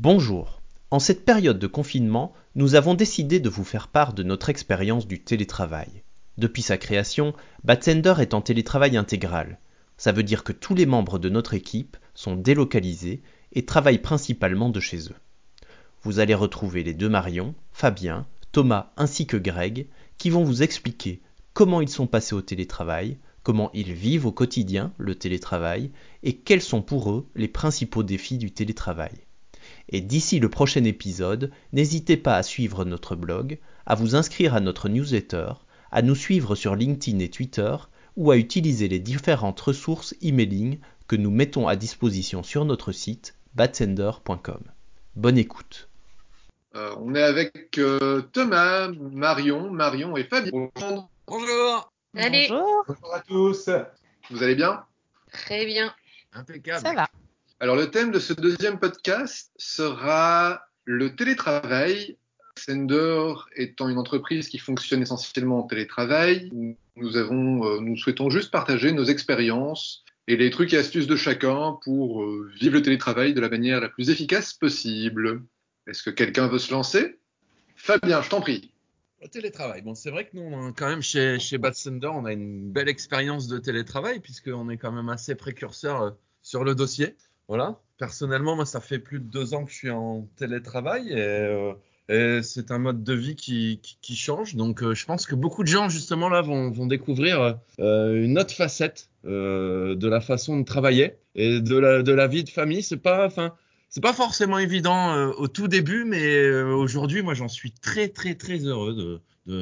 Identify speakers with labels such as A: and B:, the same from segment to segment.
A: Bonjour. En cette période de confinement, nous avons décidé de vous faire part de notre expérience du télétravail. Depuis sa création, Batsender est en télétravail intégral. Ça veut dire que tous les membres de notre équipe sont délocalisés et travaillent principalement de chez eux. Vous allez retrouver les deux Marion, Fabien, Thomas ainsi que Greg qui vont vous expliquer comment ils sont passés au télétravail, comment ils vivent au quotidien le télétravail et quels sont pour eux les principaux défis du télétravail. Et d'ici le prochain épisode, n'hésitez pas à suivre notre blog, à vous inscrire à notre newsletter, à nous suivre sur LinkedIn et Twitter ou à utiliser les différentes ressources emailing que nous mettons à disposition sur notre site batsender.com. Bonne écoute.
B: On est avec Thomas, Marion et Fabien.
C: Bonjour.
D: Salut.
E: Bonjour à tous.
B: Vous allez bien?
D: Très bien.
C: Impeccable.
D: Ça va.
B: Alors le thème de ce deuxième podcast sera le télétravail. Sender étant une entreprise qui fonctionne essentiellement en télétravail, nous souhaitons juste partager nos expériences et les trucs et astuces de chacun pour vivre le télétravail de la manière la plus efficace possible. Est-ce que quelqu'un veut se lancer? Fabien, je t'en prie.
C: Le télétravail. Bon, c'est vrai que nous, quand même, chez Batsender, on a une belle expérience de télétravail puisqu'on est quand même assez précurseur sur le dossier. Voilà. Personnellement, moi, ça fait plus de 2 ans que je suis en télétravail et c'est un mode de vie qui change. Donc, je pense que beaucoup de gens, justement, là, vont découvrir une autre facette de la façon de travailler et de la vie de famille. C'est pas forcément évident au tout début, mais aujourd'hui, moi, j'en suis très, très, très heureux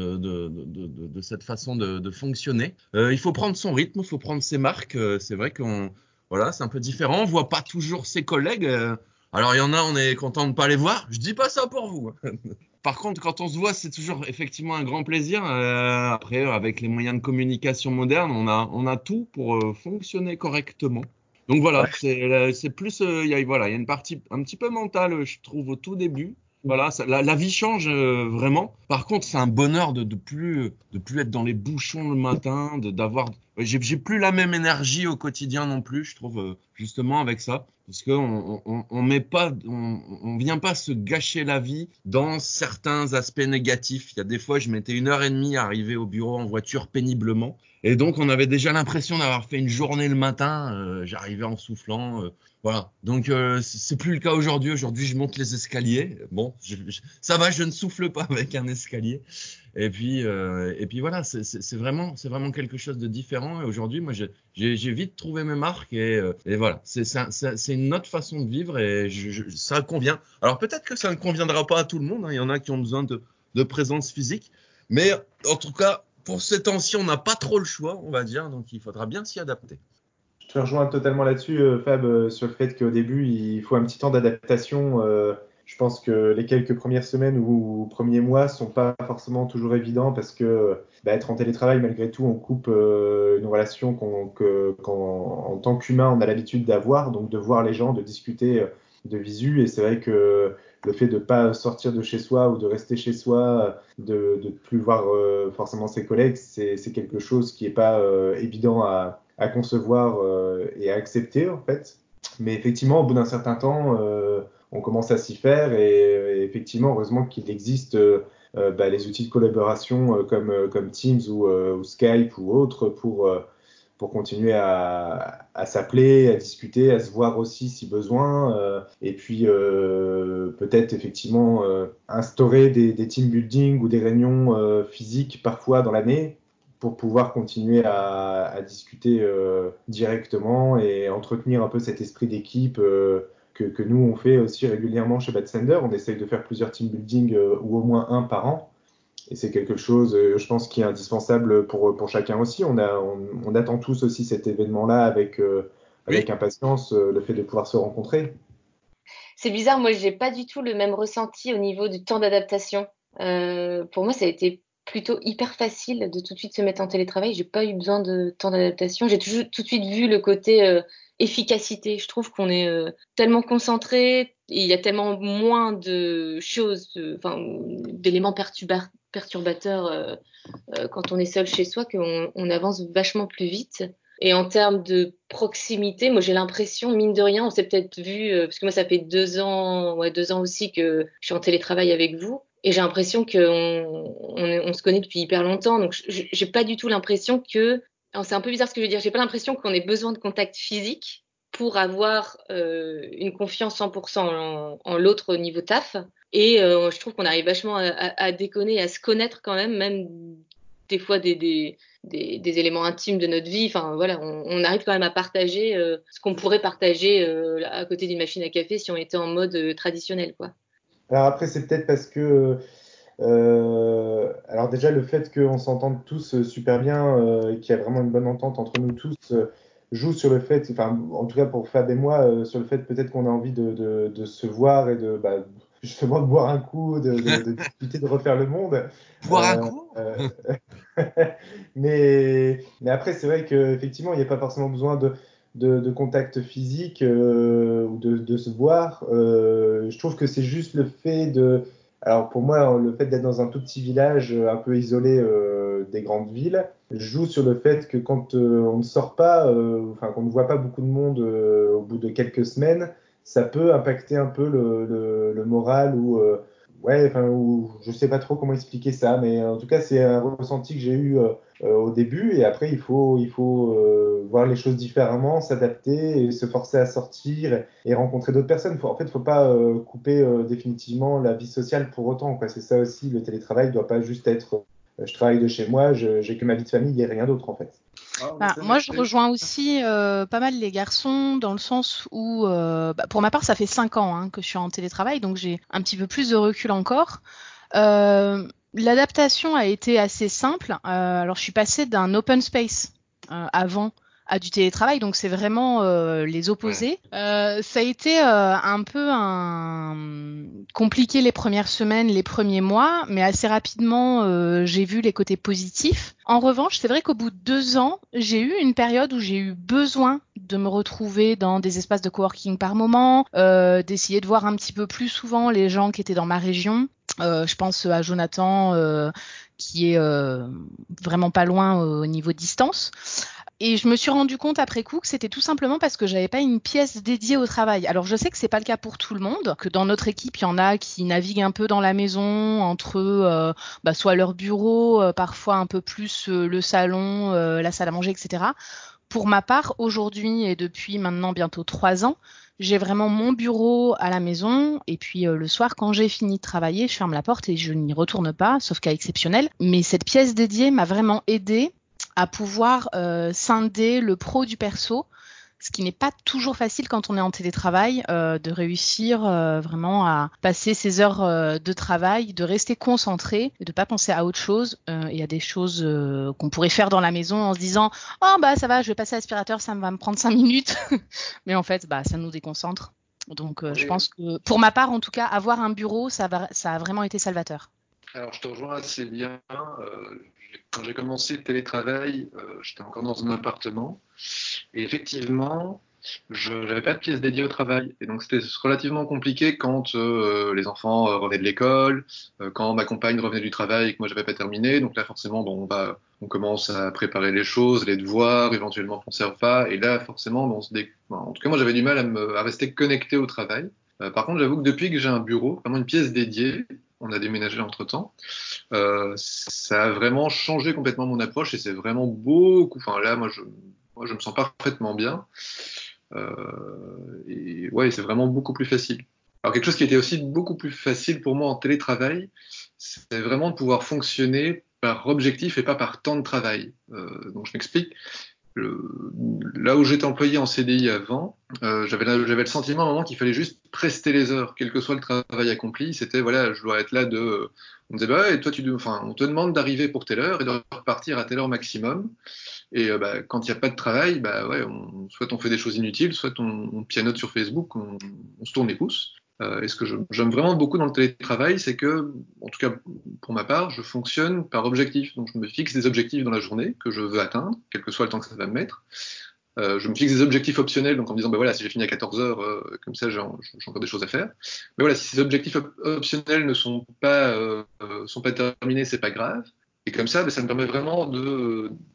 C: de cette façon de fonctionner. Il faut prendre son rythme, il faut prendre ses marques. C'est vrai voilà, c'est un peu différent. On voit pas toujours ses collègues. Alors, il y en a, on est content de pas les voir. Je dis pas ça pour vous. Par contre, quand on se voit, c'est toujours effectivement un grand plaisir. Après, avec les moyens de communication modernes, on a tout pour fonctionner correctement. Donc voilà, c'est plus, il y a une partie un petit peu mentale, je trouve, au tout début. Voilà, la vie change vraiment. Par contre, c'est un bonheur de plus être dans les bouchons le matin, d'avoir. J'ai plus la même énergie au quotidien non plus, je trouve, justement avec ça, parce que on met pas, on vient pas se gâcher la vie dans certains aspects négatifs. Il y a des fois, je mettais 1h30 à arriver au bureau en voiture péniblement. Et donc, on avait déjà l'impression d'avoir fait une journée le matin. J'arrivais en soufflant. Voilà. Donc, c'est plus le cas aujourd'hui. Aujourd'hui, je monte les escaliers. Bon, ça va, je ne souffle pas avec un escalier. Et puis voilà, c'est vraiment quelque chose de différent. Et aujourd'hui, moi, j'ai vite trouvé mes marques. Et voilà, c'est une autre façon de vivre et ça convient. Alors, peut-être que ça ne conviendra pas à tout le monde. Hein. Il y en a qui ont besoin de présence physique. Mais en tout cas, pour ces temps-ci, on n'a pas trop le choix, on va dire, donc il faudra bien s'y adapter.
E: Je te rejoins totalement là-dessus, Fab, sur le fait qu'au début, il faut un petit temps d'adaptation. Je pense que les quelques premières semaines ou premiers mois sont pas forcément toujours évidents parce que être en télétravail, malgré tout, on coupe une relation en tant qu'humain, on a l'habitude d'avoir, donc de voir les gens, de discuter de visu. Et c'est vrai que le fait de pas sortir de chez soi ou de rester chez soi, de ne plus voir forcément ses collègues, c'est quelque chose qui est pas évident à concevoir et à accepter en fait. Mais effectivement, au bout d'un certain temps, on commence à s'y faire et effectivement, heureusement qu'il existe les outils de collaboration comme Teams ou Skype ou autres pour continuer à s'appeler, à discuter, à se voir aussi si besoin. Et puis peut-être effectivement instaurer des team building ou des réunions physiques parfois dans l'année pour pouvoir continuer à discuter directement et entretenir un peu cet esprit d'équipe que nous, on fait aussi régulièrement chez Batsender. On essaye de faire plusieurs team building ou au moins un par an. Et c'est quelque chose, je pense, qui est indispensable pour chacun aussi. On attend tous aussi cet événement-là avec
C: Oui.
E: impatience, le fait de pouvoir se rencontrer.
D: C'est bizarre, moi, j'ai pas du tout le même ressenti au niveau du temps d'adaptation. Pour moi, ça a été plutôt hyper facile de tout de suite se mettre en télétravail. J'ai pas eu besoin de temps d'adaptation. J'ai toujours tout de suite vu le côté efficacité. Je trouve qu'on est tellement concentré, et il y a tellement moins de choses, d'éléments perturbateurs quand on est seul chez soi qu'on avance vachement plus vite. Et en termes de proximité, moi j'ai l'impression, mine de rien, on s'est peut-être vu, parce que moi ça fait 2 ans, ouais 2 ans aussi que je suis en télétravail avec vous, et j'ai l'impression qu'on se connaît depuis hyper longtemps, donc j'ai pas du tout l'impression que, alors c'est un peu bizarre ce que je veux dire, j'ai pas l'impression qu'on ait besoin de contact physique pour avoir une confiance 100% en l'autre au niveau taf, et je trouve qu'on arrive vachement à déconner, à se connaître quand même des fois des éléments intimes de notre vie. Enfin, voilà, on arrive quand même à partager ce qu'on pourrait partager à côté d'une machine à café si on était en mode traditionnel, quoi.
E: Alors après, c'est peut-être parce que alors déjà, le fait qu'on s'entende tous super bien et qu'il y a vraiment une bonne entente entre nous tous joue sur le fait, enfin, en tout cas pour Fab et moi, sur le fait peut-être qu'on a envie de se voir et justement de boire un coup, de discuter, de refaire le monde.
C: Boire un coup?
E: Euh, mais après, c'est vrai qu'effectivement, il n'y a pas forcément besoin de contact physique ou de se voir. Je trouve que c'est juste le fait de alors pour moi, le fait d'être dans un tout petit village un peu isolé des grandes villes joue sur le fait que quand on ne sort pas, enfin qu'on ne voit pas beaucoup de monde au bout de quelques semaines, ça peut impacter un peu le moral ou ouais, enfin ou, je sais pas trop comment expliquer ça, mais en tout cas c'est un ressenti que j'ai eu au début et après il faut voir les choses différemment, s'adapter et se forcer à sortir et rencontrer d'autres personnes. En fait, il ne faut pas couper définitivement la vie sociale pour autant, quoi. C'est ça aussi, le télétravail ne doit pas juste être je travaille de chez moi, j'ai que ma vie de famille et rien d'autre en fait.
F: Moi, je rejoins aussi pas mal les garçons dans le sens où, pour ma part, ça fait 5 ans que je suis en télétravail, donc j'ai un petit peu plus de recul encore. L'adaptation a été assez simple. Alors, je suis passée d'un open space avant à du télétravail, donc c'est vraiment les opposés. Ça a été un peu compliqué les premières semaines, les premiers mois, mais assez rapidement j'ai vu les côtés positifs. En revanche, c'est vrai qu'au bout de 2 ans, j'ai eu une période où j'ai eu besoin de me retrouver dans des espaces de coworking par moment, d'essayer de voir un petit peu plus souvent les gens qui étaient dans ma région. Je pense à Jonathan qui est vraiment pas loin au niveau de distance. Et je me suis rendu compte après coup que c'était tout simplement parce que j'avais pas une pièce dédiée au travail. Alors je sais que c'est pas le cas pour tout le monde, que dans notre équipe il y en a qui naviguent un peu dans la maison entre soit leur bureau, parfois un peu plus le salon, la salle à manger, etc. Pour ma part, aujourd'hui et depuis maintenant bientôt 3 ans, j'ai vraiment mon bureau à la maison et puis le soir quand j'ai fini de travailler, je ferme la porte et je n'y retourne pas, sauf cas exceptionnel. Mais cette pièce dédiée m'a vraiment aidée à pouvoir scinder le pro du perso, ce qui n'est pas toujours facile quand on est en télétravail, de réussir vraiment à passer ses heures de travail, de rester concentré et de pas penser à autre chose et à des choses qu'on pourrait faire dans la maison en se disant « Oh bah ça va, je vais passer à l'aspirateur, ça va me prendre 5 minutes. » Mais en fait, ça nous déconcentre. Donc je pense que pour ma part, en tout cas, avoir un bureau, ça a vraiment été salvateur.
B: Alors, je te rejoins assez bien. Quand j'ai commencé le télétravail, j'étais encore dans un appartement. Et effectivement, je n'avais pas de pièce dédiée au travail. Et donc, c'était relativement compliqué quand les enfants revenaient de l'école, quand ma compagne revenait du travail et que moi, j'avais pas terminé. Donc là, forcément, bon, on commence à préparer les choses, les devoirs, éventuellement penser au repas. Et là, forcément, en tout cas, moi, j'avais du mal à rester connecté au travail. Par contre, j'avoue que depuis que j'ai un bureau, vraiment une pièce dédiée, on a déménagé entre-temps, ça a vraiment changé complètement mon approche et c'est vraiment beaucoup. Enfin là, moi, je me sens parfaitement bien. Et ouais, c'est vraiment beaucoup plus facile. Alors quelque chose qui était aussi beaucoup plus facile pour moi en télétravail, c'est vraiment de pouvoir fonctionner par objectif et pas par temps de travail. Donc je m'explique. Là où j'étais employé en CDI avant, j'avais le sentiment à un moment qu'il fallait juste prester les heures, quel que soit le travail accompli. C'était voilà, je dois être là on me disait bah ouais, toi on te demande d'arriver pour telle heure et de repartir à telle heure maximum. Et quand il n'y a pas de travail, bah ouais, soit on fait des choses inutiles, soit on pianote sur Facebook, on se tourne les pouces. Et ce que j'aime vraiment beaucoup dans le télétravail, c'est que, en tout cas pour ma part, je fonctionne par objectif. Donc je me fixe des objectifs dans la journée que je veux atteindre, quel que soit le temps que ça va me mettre. Je me fixe des objectifs optionnels, donc en me disant, bah voilà, si j'ai fini à 14 heures, comme ça, j'ai encore des choses à faire. Mais voilà, si ces objectifs optionnels ne sont pas terminés, c'est pas grave. Et comme ça, bah, ça me permet vraiment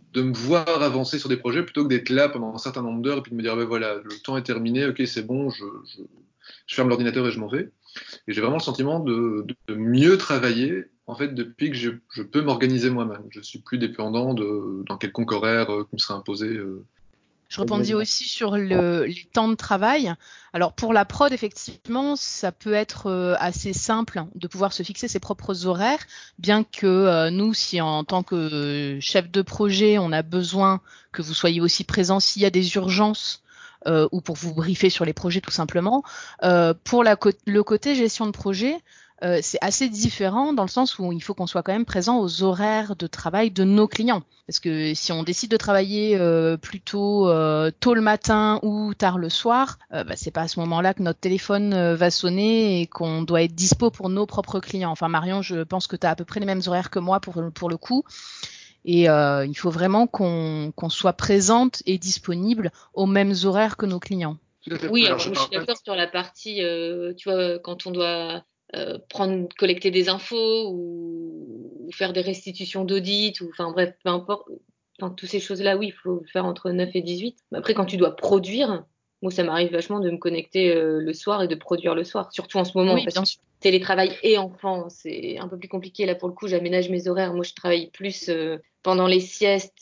B: de me voir avancer sur des projets plutôt que d'être là pendant un certain nombre d'heures et puis de me dire, ben voilà, le temps est terminé, ok, c'est bon, je ferme l'ordinateur et je m'en vais. Et j'ai vraiment le sentiment de mieux travailler, en fait, depuis que je peux m'organiser moi-même. Je suis plus dépendant d'un quelconque horaire qui me serait imposé.
F: Je rebondis aussi sur les temps de travail. Alors pour la prod, effectivement, ça peut être assez simple de pouvoir se fixer ses propres horaires, bien que nous, si en tant que chef de projet, on a besoin que vous soyez aussi présent s'il y a des urgences ou pour vous briefer sur les projets tout simplement. Pour le côté gestion de projet, c'est assez différent dans le sens où il faut qu'on soit quand même présent aux horaires de travail de nos clients. Parce que si on décide de travailler plutôt tôt le matin ou tard le soir, c'est pas à ce moment-là que notre téléphone va sonner et qu'on doit être dispo pour nos propres clients. Enfin Marion, je pense que tu as à peu près les mêmes horaires que moi pour le coup. Et il faut vraiment qu'on soit présente et disponible aux mêmes horaires que nos clients.
D: Oui, alors je suis d'accord sur la partie, tu vois, quand on doit collecter des infos ou faire des restitutions d'audit, ou enfin bref, peu importe, enfin, toutes ces choses-là, oui, il faut le faire entre 9 et 18. Mais après, quand tu dois produire, moi, ça m'arrive vachement de me connecter le soir et de produire le soir, surtout en ce moment,
F: Oui,
D: parce
F: bien
D: que
F: sûr.
D: télétravail et enfant, c'est un peu plus compliqué. Là, pour le coup, j'aménage mes horaires. Moi, je travaille plus pendant les siestes,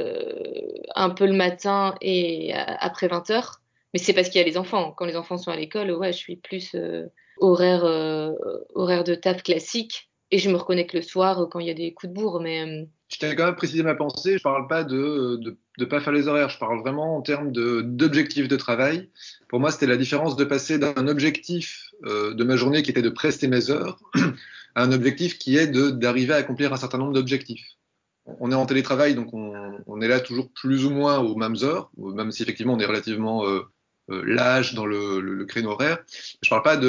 D: un peu le matin et après 20h. Mais c'est parce qu'il y a les enfants. Quand les enfants sont à l'école, ouais, je suis plus horaire de taf classique et je me reconnecte le soir quand il y a des coups de bourre. Mais
B: Je tiens quand même à préciser ma pensée. Je parle pas de pas faire les horaires. Je parle vraiment en termes d'objectifs de travail. Pour moi, c'était la différence de passer d'un objectif de ma journée qui était de prester mes heures à un objectif qui est d'arriver à accomplir un certain nombre d'objectifs. On est en télétravail, donc on est là toujours plus ou moins aux mêmes heures, même si effectivement on est relativement lâche dans le créneau horaire. Je parle pas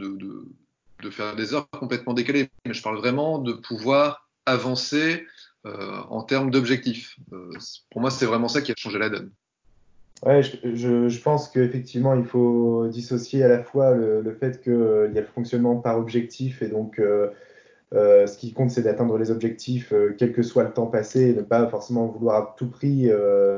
B: de faire des heures complètement décalées, mais je parle vraiment de pouvoir avancer en termes d'objectifs. Pour moi, c'est vraiment ça qui a changé la donne.
E: Ouais, je pense qu'effectivement, il faut dissocier à la fois le fait qu'il y a le fonctionnement par objectif et donc ce qui compte, c'est d'atteindre les objectifs, quel que soit le temps passé, et ne pas forcément vouloir à tout prix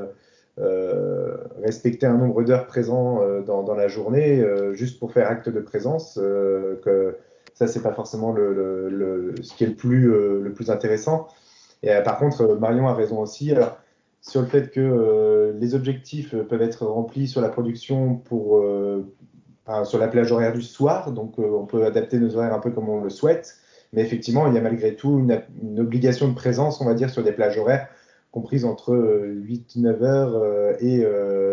E: respecter un nombre d'heures présent dans la journée, juste pour faire acte de présence. Que ça, c'est pas forcément ce qui est le plus intéressant. Et par contre, Marion a raison aussi. Alors, sur le fait que les objectifs peuvent être remplis sur la production sur la plage horaire du soir, donc on peut adapter nos horaires un peu comme on le souhaite, mais effectivement, il y a malgré tout une obligation de présence, on va dire, sur des plages horaires comprises entre 8-9 heures et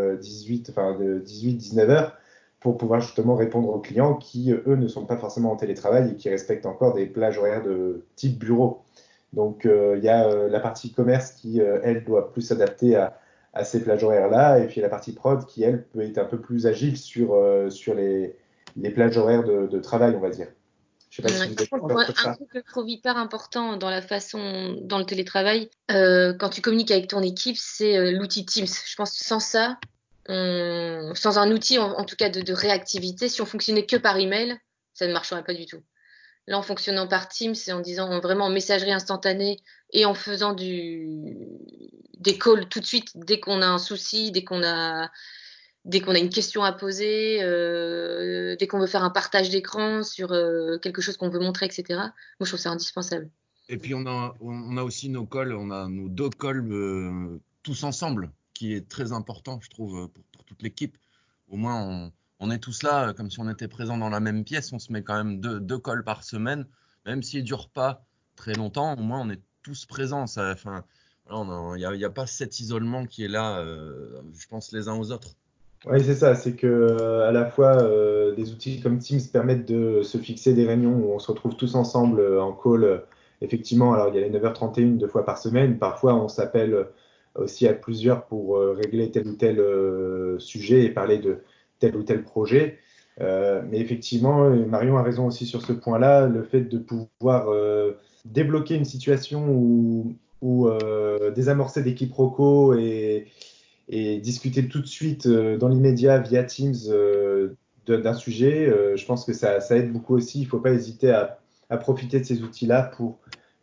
E: 18-19 heures pour pouvoir justement répondre aux clients qui, eux, ne sont pas forcément en télétravail et qui respectent encore des plages horaires de type bureau. Donc, il y a la partie commerce qui, elle, doit plus s'adapter à ces plages horaires-là, et puis la partie prod qui, elle, peut être un peu plus agile sur les plages horaires de travail, on va dire. Je sais pas si vous êtes d'accord sur ça.
D: un truc que je trouve hyper important dans dans le télétravail, quand tu communiques avec ton équipe, c'est l'outil Teams. Je pense que sans ça, sans un outil, en tout cas de réactivité, si on fonctionnait que par email, ça ne marcherait pas du tout. Là, en fonctionnant par Teams et en disant vraiment en messagerie instantanée et en faisant des calls tout de suite dès qu'on a un souci, dès qu'on a une question à poser, dès qu'on veut faire un partage d'écran sur quelque chose qu'on veut montrer, etc. Moi, je trouve ça indispensable.
C: Et puis on a aussi nos calls, on a nos 2 calls tous ensemble, qui est très important, je trouve, pour toute l'équipe. Au moins, on est tous là, comme si on était présents dans la même pièce. On se met quand même deux calls par semaine, même s'ils ne durent pas très longtemps. Au moins, on est tous présents. Enfin, il n'y a pas cet isolement qui est là, je pense, les uns aux autres.
E: Oui, c'est ça, c'est que à la fois des outils comme Teams permettent de se fixer des réunions où on se retrouve tous ensemble en call. Effectivement, alors il y a les 9h31 2 fois par semaine. Parfois, on s'appelle aussi à plusieurs pour régler tel ou tel sujet et parler de tel ou tel projet. Mais effectivement, et Marion a raison aussi sur ce point-là, le fait de pouvoir débloquer une situation ou désamorcer des quiproquos et discuter tout de suite dans l'immédiat via Teams d'un sujet, je pense que ça aide beaucoup aussi. Il ne faut pas hésiter à profiter de ces outils-là pour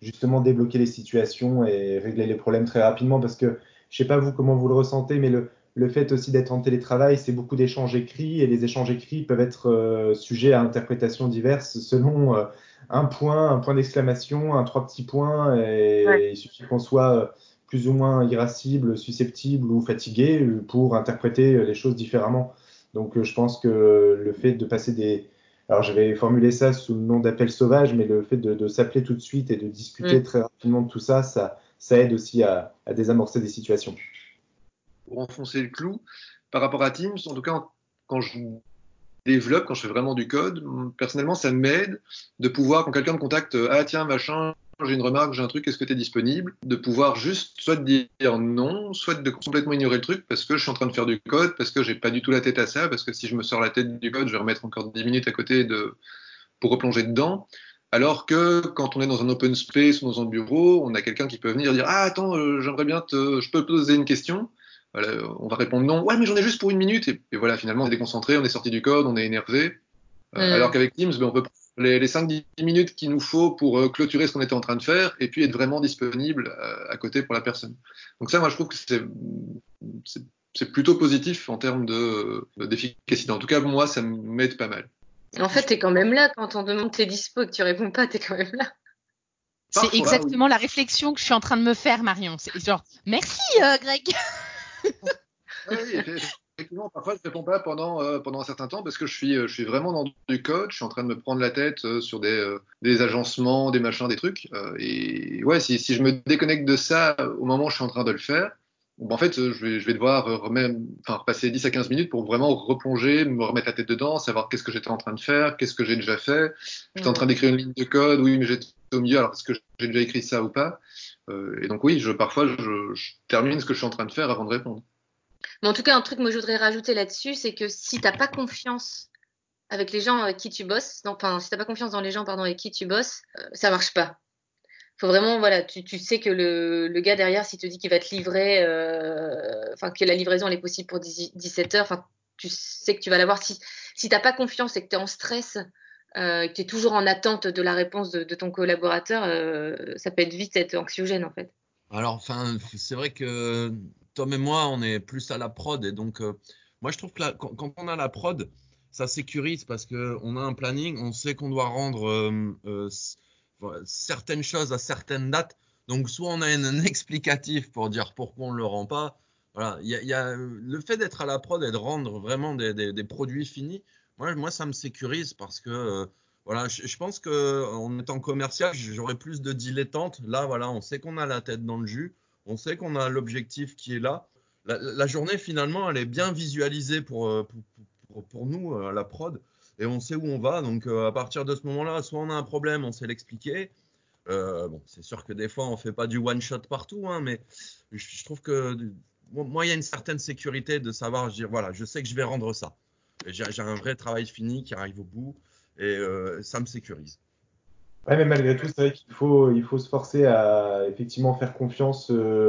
E: justement débloquer les situations et régler les problèmes très rapidement. Parce que je sais pas vous comment vous le ressentez, mais le fait aussi d'être en télétravail, c'est beaucoup d'échanges écrits et les échanges écrits peuvent être sujets à interprétations diverses selon un point d'exclamation, trois petits points, et il suffit qu'on soit plus ou moins irascible, susceptible ou fatigué pour interpréter les choses différemment. Donc je pense que le fait de passer alors j'avais formulé ça sous le nom d'appel sauvage, mais le fait de s'appeler tout de suite et de discuter très rapidement de tout ça, ça aide aussi à désamorcer des situations.
B: Pour enfoncer le clou, par rapport à Teams, en tout cas, quand je développe, quand je fais vraiment du code, personnellement, ça m'aide de pouvoir, quand quelqu'un me contacte, ah tiens, machin, j'ai une remarque, j'ai un truc, est-ce que tu es disponible? De pouvoir juste soit de dire non, soit de complètement ignorer le truc parce que je suis en train de faire du code, parce que j'ai pas du tout la tête à ça, parce que si je me sors la tête du code, je vais remettre encore 10 minutes à côté pour replonger dedans. Alors que quand on est dans un open space ou dans un bureau, on a quelqu'un qui peut venir dire ah attends, j'aimerais bien je peux te poser une question. Voilà, on va répondre non. Ouais, mais j'en ai juste pour une minute. Et voilà, finalement, on est déconcentré, on est sorti du code, on est énervé. Alors qu'avec Teams, on peut prendre les 5-10 minutes qu'il nous faut pour clôturer ce qu'on était en train de faire et puis être vraiment disponible à côté pour la personne. Donc ça, moi, je trouve que c'est plutôt positif en termes d'efficacité. En tout cas, moi, ça m'aide pas mal.
D: En fait, t'es quand même là quand on demande tes dispo et que tu réponds pas, t'es quand même là.
F: C'est exactement la réflexion que je suis en train de me faire, Marion. C'est genre, merci Greg.
B: Oui, effectivement, parfois je ne réponds pas pendant un certain temps parce que je suis vraiment dans du code, je suis en train de me prendre la tête sur des agencements, des machins, des trucs. Et ouais, si je me déconnecte de ça au moment où je suis en train de le faire, bon, en fait, je vais devoir repasser 10 à 15 minutes pour vraiment replonger, me remettre la tête dedans, savoir qu'est-ce que j'étais en train de faire, qu'est-ce que j'ai déjà fait. J'étais en train d'écrire une ligne de code, oui, mais j'étais au milieu, alors est-ce que j'ai déjà écrit ça ou pas? Et donc oui, parfois je termine ce que je suis en train de faire avant de répondre.
D: Mais en tout cas, un truc que moi je voudrais rajouter là-dessus, c'est que si t'as pas confiance avec les gens avec qui tu bosses, si t'as pas confiance dans les gens avec qui tu bosses, ça marche pas. Faut vraiment, voilà, tu sais que le gars derrière, s'il te dit qu'il va te livrer, que la livraison elle est possible pour 17 heures, tu sais que tu vas l'avoir. Si t'as pas confiance et que tu es en stress, que tu es toujours en attente de la réponse de ton collaborateur, ça peut être anxiogène en fait.
C: Alors, c'est vrai que Tom et moi, on est plus à la prod et donc, moi, je trouve que quand on a la prod, ça sécurise parce que on a un planning, on sait qu'on doit rendre certaines choses à certaines dates. Donc, soit on a un explicatif pour dire pourquoi on le rend pas. Voilà, il y a le fait d'être à la prod et de rendre vraiment des produits finis. Moi, ça me sécurise parce que voilà, je pense que en étant commercial, j'aurais plus de dilettantes. Là, voilà, on sait qu'on a la tête dans le jus, on sait qu'on a l'objectif qui est là. La journée, finalement, elle est bien visualisée pour nous, la prod, et on sait où on va. Donc, à partir de ce moment-là, soit on a un problème, on sait l'expliquer. Bon, c'est sûr que des fois, on fait pas du one shot partout, hein, mais je trouve que moi, il y a une certaine sécurité de savoir, voilà, je sais que je vais rendre ça. J'ai un vrai travail fini qui arrive au bout. Et ça me sécurise.
E: Ouais, mais malgré tout, c'est vrai qu'il faut se forcer à effectivement faire confiance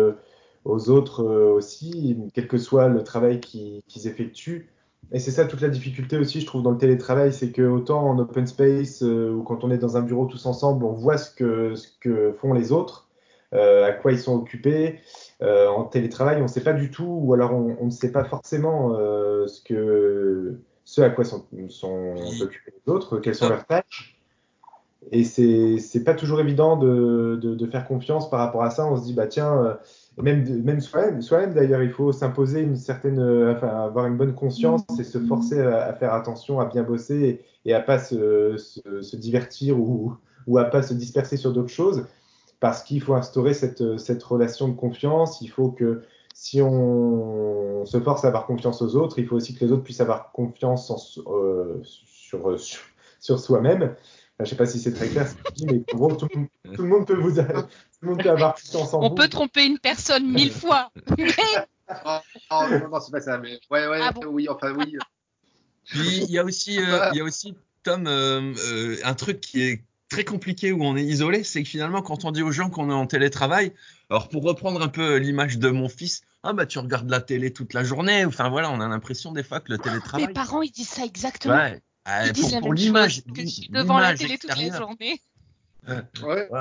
E: aux autres aussi, quel que soit le travail qu'ils effectuent. Et c'est ça toute la difficulté aussi, je trouve, dans le télétravail, c'est que autant en open space ou quand on est dans un bureau tous ensemble, on voit ce que font les autres, à quoi ils sont occupés. En télétravail, on ne sait pas du tout, ou alors on ne sait pas forcément ce à quoi sont occupés les autres, quelles sont leurs tâches. Et c'est pas toujours évident de faire confiance par rapport à ça. On se dit, bah tiens, même soi-même d'ailleurs, il faut s'imposer une certaine, avoir une bonne conscience et se forcer à faire attention, à bien bosser et à pas se divertir ou à pas se disperser sur d'autres choses. Parce qu'il faut instaurer cette relation de confiance. Il faut que si on se force à avoir confiance aux autres, il faut aussi que les autres puissent avoir confiance sur soi-même. Je ne sais pas si c'est très clair ce que je dis, mais en gros, tout le monde peut avoir confiance en vous.
F: On peut tromper une personne 1000 fois.
B: Non, c'est pas ça, mais ouais, bon. Oui, enfin oui.
C: Puis il y a aussi Tom, un truc qui est très compliqué où on est isolé, c'est que finalement quand on dit aux gens qu'on est en télétravail, alors pour reprendre un peu l'image de mon fils, ah bah tu regardes la télé toute la journée, enfin voilà, on a l'impression des fois que le télétravail.
F: Mes parents ils disent ça exactement.
C: Ouais.
F: Ils disent la
C: pour
F: même
C: l'image,
F: chose, que je suis devant la télé
C: extérieure.
F: toute la journée.
B: Ouais.
C: Voilà.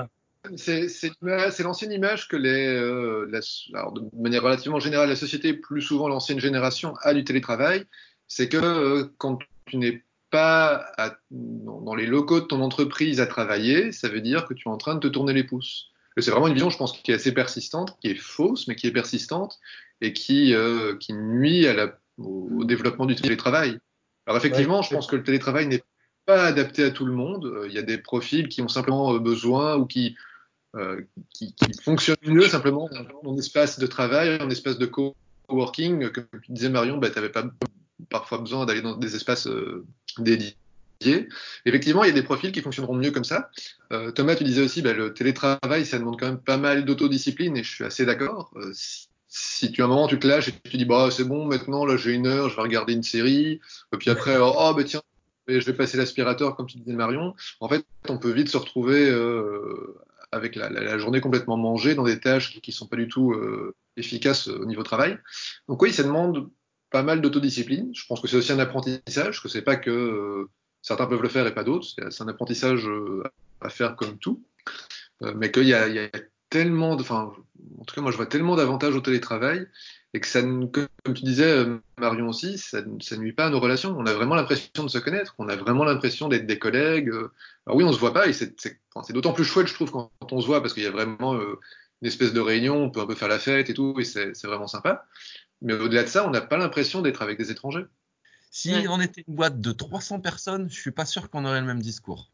B: c'est l'ancienne image que alors de manière relativement générale, la société, plus souvent l'ancienne génération, a du télétravail. C'est que quand tu n'es pas dans les locaux de ton entreprise à travailler, ça veut dire que tu es en train de te tourner les pouces. Et c'est vraiment une vision, je pense, qui est assez persistante, qui est fausse, mais qui est persistante et qui nuit au développement du télétravail. Alors effectivement, je pense que le télétravail n'est pas adapté à tout le monde. Il y a des profils qui ont simplement besoin ou qui fonctionnent mieux simplement en espace de travail, en espace de coworking. Comme tu disais, Marion, tu n'avais pas parfois besoin d'aller dans des espaces dédiés. Effectivement, il y a des profils qui fonctionneront mieux comme ça. Thomas, tu disais aussi, le télétravail, ça demande quand même pas mal d'autodiscipline, et je suis assez d'accord. Si tu à un moment tu te lâches et tu dis c'est bon, maintenant là j'ai 1 heure, je vais regarder une série, et puis après tiens, je vais passer l'aspirateur comme tu disais, Marion. En fait, on peut vite se retrouver avec la journée complètement mangée dans des tâches qui sont pas du tout efficaces au niveau travail. Donc oui, ça demande pas mal d'autodiscipline. Je pense que c'est aussi un apprentissage, que c'est pas que certains peuvent le faire et pas d'autres. C'est un apprentissage à faire comme tout, mais qu'il y a tellement en tout cas, moi je vois tellement d'avantages au télétravail, et que comme tu disais, Marion aussi, ça nuit pas à nos relations. On a vraiment l'impression de se connaître, on a vraiment l'impression d'être des collègues. Alors oui, on se voit pas, et c'est d'autant plus chouette, je trouve, quand on se voit, parce qu'il y a vraiment une espèce de réunion, on peut un peu faire la fête et tout, et c'est vraiment sympa. Mais au-delà de ça, on n'a pas l'impression d'être avec des étrangers.
C: Si on était une boîte de 300 personnes, je suis pas sûr qu'on aurait le même discours.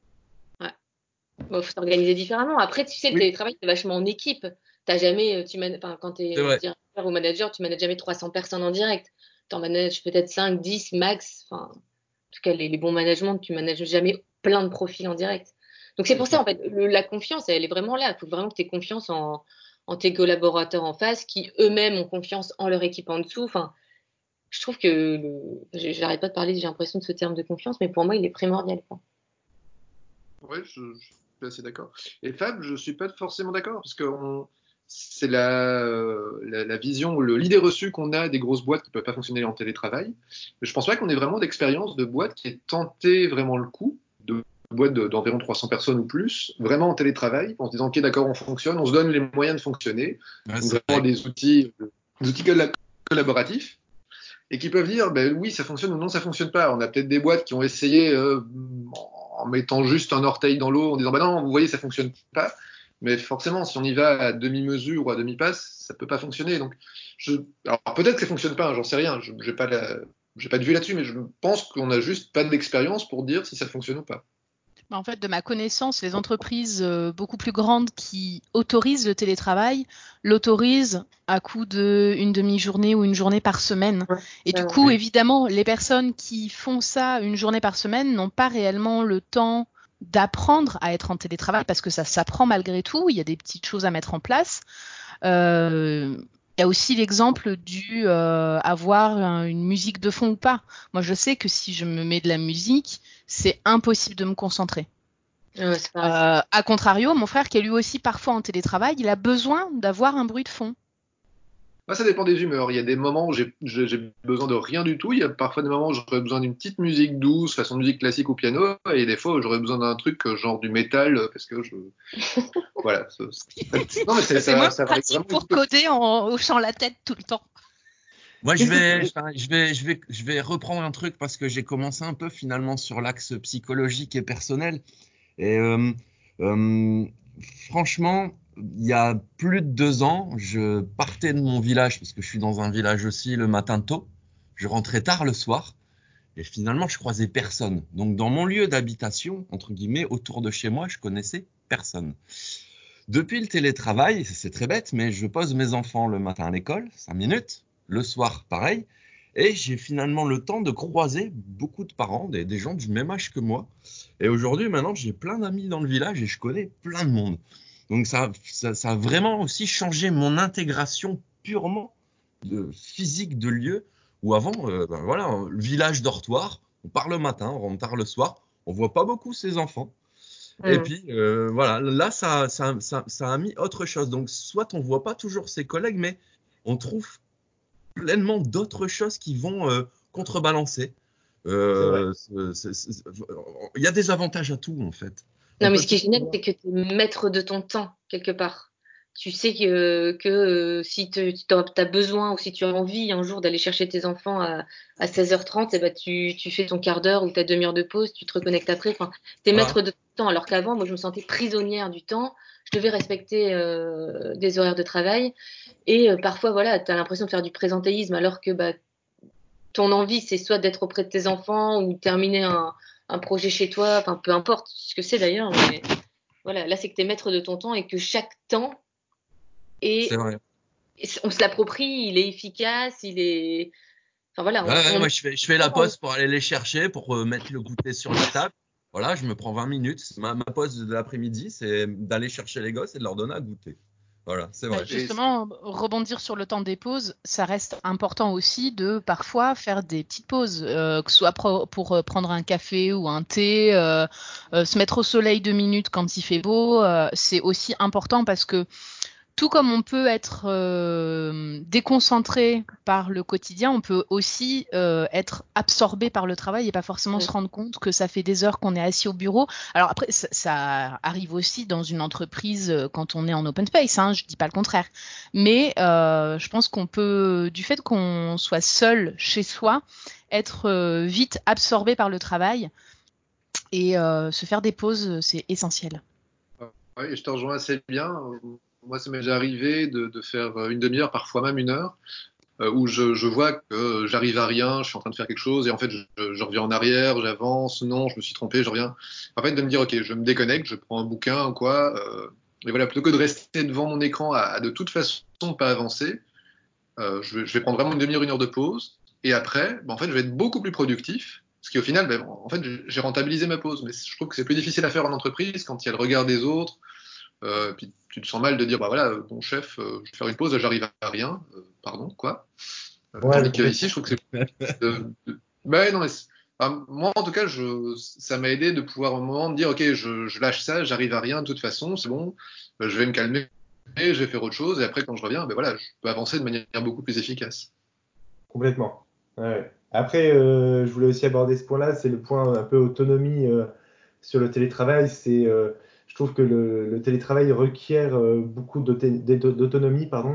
D: Faut s'organiser différemment. Après, tu sais, le télétravail, c'est vachement en équipe. T'as jamais, quand tu es directeur ou manager, tu manages jamais 300 personnes en direct. Tu en manages peut-être 5, 10 max. En tout cas, les bons managements, tu manages jamais plein de profils en direct. Donc c'est pour ça, en fait, la confiance, elle est vraiment là. Il faut vraiment que tu aies confiance en tes collaborateurs en face, qui eux-mêmes ont confiance en leur équipe en dessous. Je trouve que, j'arrête pas de parler, j'ai l'impression de ce terme de confiance, mais pour moi, il est primordial.
B: Oui, je suis assez d'accord. Et Fab, je suis pas forcément d'accord, parce que c'est la vision, l'idée reçue qu'on a des grosses boîtes qui peuvent pas fonctionner en télétravail. Mais je pense pas qu'on ait vraiment d'expérience de boîte qui ait tenté vraiment le coup, de boîte d'environ 300 personnes ou plus, vraiment en télétravail, en se disant, ok, d'accord, on fonctionne, on se donne les moyens de fonctionner. Donc vraiment des outils collaboratifs, et qui peuvent dire, oui, ça fonctionne ou non, ça fonctionne pas. On a peut-être des boîtes qui ont essayé en mettant juste un orteil dans l'eau, en disant, non, vous voyez, ça fonctionne pas. Mais forcément, si on y va à demi-mesure ou à demi-passe, ça peut pas fonctionner. Donc, alors peut-être que ça fonctionne pas, j'en sais rien. J'ai pas de vue là-dessus, mais je pense qu'on a juste pas d'expérience pour dire si ça fonctionne ou pas.
F: En fait, de ma connaissance, les entreprises beaucoup plus grandes qui autorisent le télétravail l'autorisent à coup d'une demi-journée ou une journée par semaine. Et du coup, évidemment, les personnes qui font ça une journée par semaine n'ont pas réellement le temps d'apprendre à être en télétravail, parce que ça s'apprend malgré tout. Il y a des petites choses à mettre en place. Il y a aussi l'exemple du avoir une musique de fond ou pas. Moi, je sais que si je me mets de la musique, c'est impossible de me concentrer. A contrario, mon frère, qui est lui aussi parfois en télétravail, il a besoin d'avoir un bruit de fond.
B: Moi, ça dépend des humeurs. Il y a des moments où j'ai besoin de rien du tout. Il y a parfois des moments où j'aurais besoin d'une petite musique douce, façon musique classique ou piano. Et des fois où j'aurais besoin d'un truc genre du métal, parce que voilà.
F: Non, mais c'est moins pratique pour coder en hochant la tête tout le temps.
C: Moi, je vais reprendre un truc, parce que j'ai commencé un peu finalement sur l'axe psychologique et personnel. Et franchement, il y a plus de 2 ans, je partais de mon village, parce que je suis dans un village aussi, le matin tôt. Je rentrais tard le soir, et finalement, je croisais personne. Donc, dans mon lieu d'habitation, entre guillemets, autour de chez moi, je connaissais personne. Depuis le télétravail, c'est très bête, mais je pose mes enfants le matin à l'école, 5 minutes, le soir, pareil, et j'ai finalement le temps de croiser beaucoup de parents, des gens du même âge que moi. Et aujourd'hui, maintenant, j'ai plein d'amis dans le village et je connais plein de monde. Donc ça a vraiment aussi changé mon intégration purement physique de lieu, où avant, voilà, le village dortoir, on part le matin, on rentre tard le soir, on voit pas beaucoup ses enfants. Et puis, voilà, là, ça a mis autre chose. Donc, soit on voit pas toujours ses collègues, mais on trouve pleinement d'autres choses qui vont contrebalancer. Il y a des avantages à tout, en fait.
D: Non, mais ce qui est génial, c'est que tu es maître de ton temps, quelque part. Tu sais que si tu as besoin ou si tu as envie un jour d'aller chercher tes enfants à 16h30, eh ben, tu fais ton quart d'heure ou ta demi-heure de pause, tu te reconnectes après. Enfin, tu es
C: Voilà.
D: maître de ton temps. Alors qu'avant, moi, je me sentais prisonnière du temps. Je devais respecter des horaires de travail. Et parfois, voilà, tu as l'impression de faire du présentéisme alors que bah, ton envie, c'est soit d'être auprès de tes enfants ou terminer un projet chez toi, enfin peu importe ce que c'est d'ailleurs, mais voilà, là c'est que tu es maître de ton temps et que chaque temps
C: C'est
D: est,
C: vrai.
D: on se l'approprie, il est efficace, il est, enfin voilà,
C: Ouais, moi je fais la
D: on-
C: pause pour aller les chercher, pour mettre le goûter sur la table. Voilà, je me prends 20 minutes. Ma pause de l'après-midi, c'est d'aller chercher les gosses et de leur donner à goûter. Voilà, c'est vrai.
F: Justement, rebondir sur le temps des pauses, ça reste important aussi de parfois faire des petites pauses, que ce soit pour prendre un café ou un thé, se mettre au soleil 2 minutes quand il fait beau, c'est aussi important parce que tout comme on peut être déconcentré par le quotidien, on peut aussi être absorbé par le travail et pas forcément se rendre compte que ça fait des heures qu'on est assis au bureau. Alors après, ça arrive aussi dans une entreprise quand on est en open space, hein, je dis pas le contraire. Mais je pense qu'on peut, du fait qu'on soit seul chez soi, être vite absorbé par le travail et se faire des pauses, c'est essentiel.
B: Ouais, et je te rejoins assez bien. Moi, ça m'est déjà arrivé de faire une demi-heure, parfois même une heure, où je vois que j'arrive à rien, je suis en train de faire quelque chose, et en fait, je reviens en arrière, j'avance, non, je me suis trompé, je reviens. En fait, de me dire, ok, je me déconnecte, je prends un bouquin ou quoi, et voilà, plutôt que de rester devant mon écran à de toute façon pas avancer, je vais prendre vraiment une demi-heure, une heure de pause, et après, ben, en fait, je vais être beaucoup plus productif. Parce qu'au final, ben, en fait, j'ai rentabilisé ma pause. Mais je trouve que c'est plus difficile à faire en entreprise quand il y a le regard des autres. Puis tu te sens mal de dire, bah voilà, bon chef, je vais faire une pause, là, j'arrive à rien. Pardon, quoi.
E: Ouais,
B: Tandis qu'ici,
E: complètement.
B: je trouve que c'est. Ouais, non, mais enfin, moi, en tout cas, ça m'a aidé de pouvoir au moment me dire, ok, je lâche ça, j'arrive à rien de toute façon, c'est bon, je vais me calmer, je vais faire autre chose, et après, quand je reviens, ben voilà, je peux avancer de manière beaucoup plus efficace.
E: Complètement. Ouais. Après, je voulais aussi aborder ce point-là, c'est le point un peu autonomie sur le télétravail. Je trouve que le télétravail requiert beaucoup d'autonomie, pardon.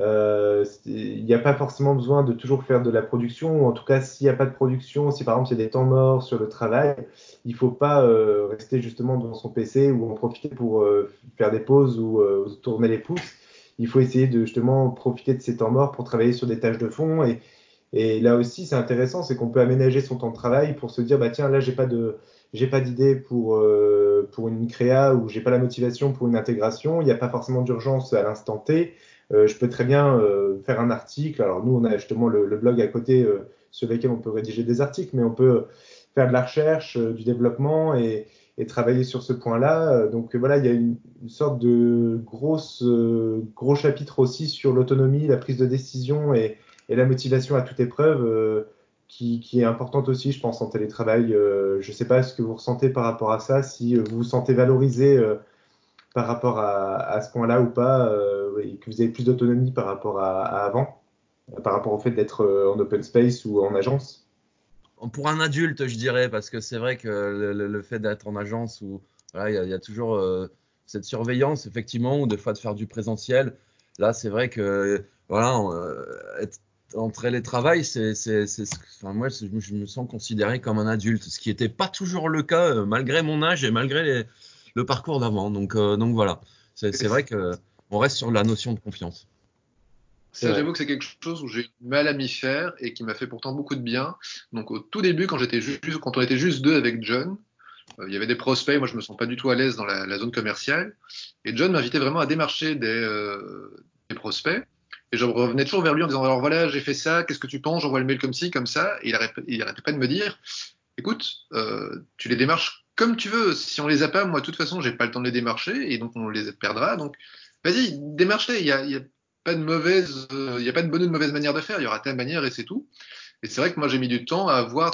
E: Il n'y a pas forcément besoin de toujours faire de la production, ou en tout cas, s'il n'y a pas de production, si par exemple il y a des temps morts sur le travail, il ne faut pas rester justement devant son PC ou en profiter pour faire des pauses ou tourner les pouces. Il faut essayer de justement profiter de ces temps morts pour travailler sur des tâches de fond et là aussi, c'est intéressant, c'est qu'on peut aménager son temps de travail pour se dire, bah tiens, là, j'ai pas d'idée pour une créa ou j'ai pas la motivation pour une intégration. Il n'y a pas forcément d'urgence à l'instant T. Je peux très bien faire un article. Alors nous, on a justement le blog à côté sur lequel on peut rédiger des articles, mais on peut faire de la recherche, du développement et travailler sur ce point-là. Donc voilà, il y a une sorte de gros chapitre aussi sur l'autonomie, la prise de décision et la motivation à toute épreuve qui est importante aussi, je pense, en télétravail. Je ne sais pas ce que vous ressentez par rapport à ça, si vous vous sentez valorisé par rapport à ce point-là ou pas, et que vous avez plus d'autonomie par rapport à avant, par rapport au fait d'être en open space ou en agence.
C: Pour un adulte, je dirais, parce que c'est vrai que le fait d'être en agence où voilà, il y a toujours cette surveillance, effectivement, ou des fois de faire du présentiel. Là, c'est vrai que voilà, être en télétravail, enfin, moi, je me sens considéré comme un adulte, ce qui n'était pas toujours le cas, malgré mon âge et malgré le parcours d'avant. Donc voilà, c'est vrai que on reste sur la notion de confiance.
B: Ça, j'avoue que c'est quelque chose où j'ai eu du mal à m'y faire et qui m'a fait pourtant beaucoup de bien. Donc, au tout début, quand on était juste deux avec John, il y avait des prospects. Moi, je me sens pas du tout à l'aise dans la zone commerciale. Et John m'invitait vraiment à démarcher des prospects. Et je revenais toujours vers lui en disant, alors voilà, j'ai fait ça, qu'est-ce que tu penses? J'envoie le mail comme ci, comme ça. Et il arrêtait pas de me dire, écoute, tu les démarches comme tu veux. Si on les a pas, moi, de toute façon, j'ai pas le temps de les démarcher et donc on les perdra. Donc, vas-y, démarche-les. Il y a pas de il y a pas de bonne ou de mauvaise manière de faire. Il y aura ta manière et c'est tout. Et c'est vrai que moi, j'ai mis du temps à avoir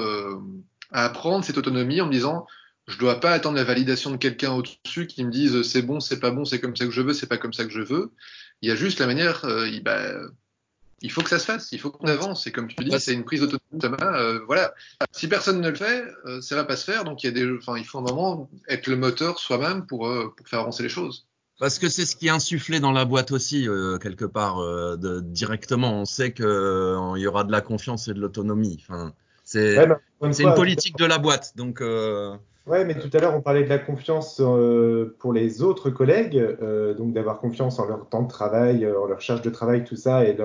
B: à apprendre cette autonomie en me disant, je dois pas attendre la validation de quelqu'un au-dessus qui me dise c'est bon, c'est pas bon, c'est comme ça que je veux, c'est pas comme ça que je veux. Il y a juste la manière, il faut que ça se fasse, il faut qu'on avance. Et comme tu dis,
C: Bah,
B: c'est une prise d'autonomie, Thomas. Voilà. Si personne ne le fait, ça va pas se faire. Donc il faut un moment être le moteur soi-même pour faire avancer les choses.
C: Parce que c'est ce qui est insufflé dans la boîte aussi, quelque part, directement. On sait qu'il y aura de la confiance et de l'autonomie. Enfin,
E: Ouais, mais encore
C: c'est une
E: fois,
C: politique de la boîte. Donc,
E: ouais, mais tout à l'heure, on parlait de la confiance pour les autres collègues, donc d'avoir confiance en leur temps de travail, en leur charge de travail, tout ça, et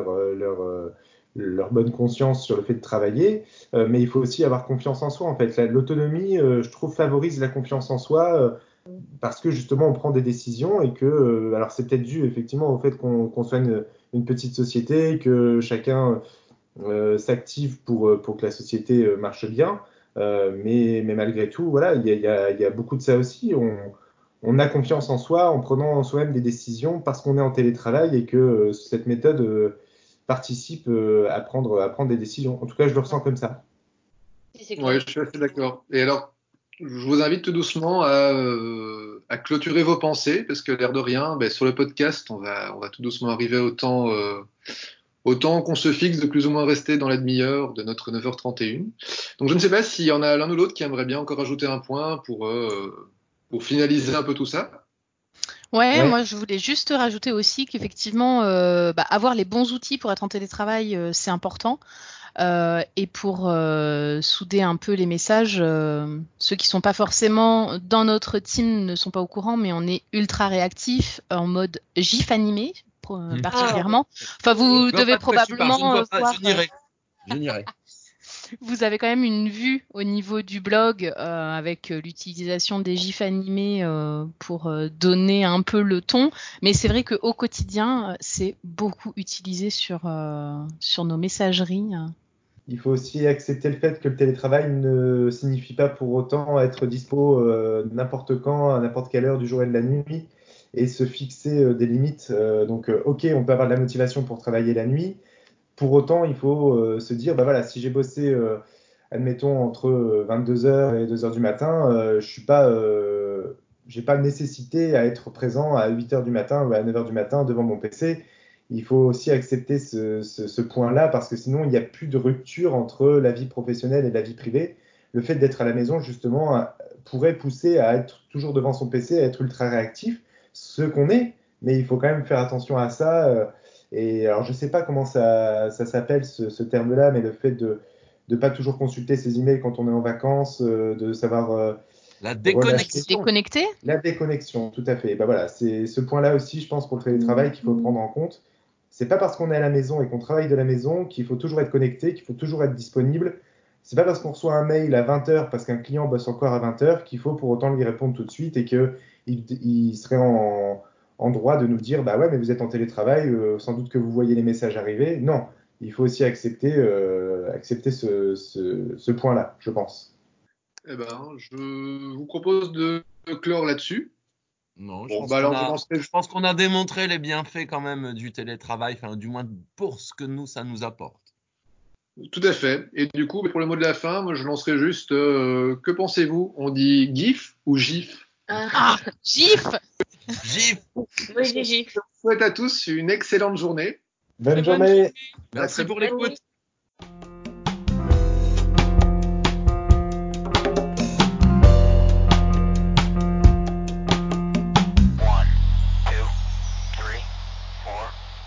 E: leur bonne conscience sur le fait de travailler. Mais il faut aussi avoir confiance en soi, en fait. L'autonomie, je trouve, favorise la confiance en soi parce que justement, on prend des décisions et que, alors c'est peut-être dû effectivement au fait qu'on soit une petite société, que chacun s'active pour que la société marche bien. Mais malgré tout, voilà, il y a beaucoup de ça aussi. On a confiance en soi en prenant soi-même des décisions parce qu'on est en télétravail et que cette méthode participe à prendre des décisions. En tout cas, je le ressens comme ça.
D: C'est
B: Oui,
D: clair.
B: je suis assez d'accord. Et alors, je vous invite tout doucement à clôturer vos pensées, parce que l'air de rien, ben, sur le podcast, on va tout doucement arriver au temps qu'on se fixe de plus ou moins rester dans la demi-heure de notre 9h31. Donc je ne sais pas s'il y en a l'un ou l'autre qui aimerait bien encore ajouter un point pour finaliser un peu tout ça.
F: Ouais,
E: Ouais.
F: moi je voulais juste rajouter aussi qu'effectivement, avoir les bons outils pour être en télétravail, c'est important. Et pour souder un peu les messages, ceux qui sont pas forcément dans notre team ne sont pas au courant, mais on est ultra réactif en mode GIF animé particulièrement. Enfin, vous
C: je vois
F: devez
C: pas de quoi tu parles. Je ne
F: probablement
C: vois pas.
F: voir.
C: Je n'irai. Je n'irai.
F: Vous avez quand même une vue au niveau du blog avec l'utilisation des gifs animés pour donner un peu le ton. Mais c'est vrai qu'au quotidien, c'est beaucoup utilisé sur nos messageries.
E: Il faut aussi accepter le fait que le télétravail ne signifie pas pour autant être dispo n'importe quand, à n'importe quelle heure du jour et de la nuit, et se fixer des limites. Donc, ok, on peut avoir de la motivation pour travailler la nuit. Pour autant, il faut se dire, bah voilà, si j'ai bossé, admettons, entre 22 heures et 2 heures du matin, je suis pas, j'ai pas nécessité à être présent à 8 heures du matin ou à 9 heures du matin devant mon PC. Il faut aussi accepter ce point-là parce que sinon, il n'y a plus de rupture entre la vie professionnelle et la vie privée. Le fait d'être à la maison, justement, pourrait pousser à être toujours devant son PC, à être ultra réactif, ce qu'on est, mais il faut quand même faire attention à ça. Et alors, je ne sais pas comment ça s'appelle ce terme-là, mais le fait de ne pas toujours consulter ses emails quand on est en vacances, de savoir
C: La
E: relâcher.
C: déconnexion.
F: Déconnecté?
E: La déconnexion, tout à fait. Et ben voilà, c'est ce point-là aussi, je pense, pour le télétravail qu'il faut prendre en compte. C'est pas parce qu'on est à la maison et qu'on travaille de la maison qu'il faut toujours être connecté, qu'il faut toujours être disponible. C'est pas parce qu'on reçoit un mail à 20 heures parce qu'un client bosse encore à 20 heures qu'il faut pour autant lui répondre tout de suite et qu'il serait en droit de nous dire bah ouais, mais vous êtes en télétravail, sans doute que vous voyez les messages arriver. Non, il faut aussi accepter ce point-là, je pense.
B: Eh ben, je vous propose de clore là-dessus.
C: Non,
B: Bon, bah alors je lancerai.
C: je pense qu'on a démontré les bienfaits quand même du télétravail, enfin, du moins pour ce que ça nous apporte.
B: Tout à fait. Et du coup, pour le mot de la fin, moi je lancerai juste que pensez-vous? On dit GIF ou GIF?
F: Ah, GIF!
C: Gif,
D: Oui, Gigi.
B: Je vous souhaite à tous une excellente journée.
E: Bonne
D: Très bonne
E: journée!
C: merci pour l'écoute.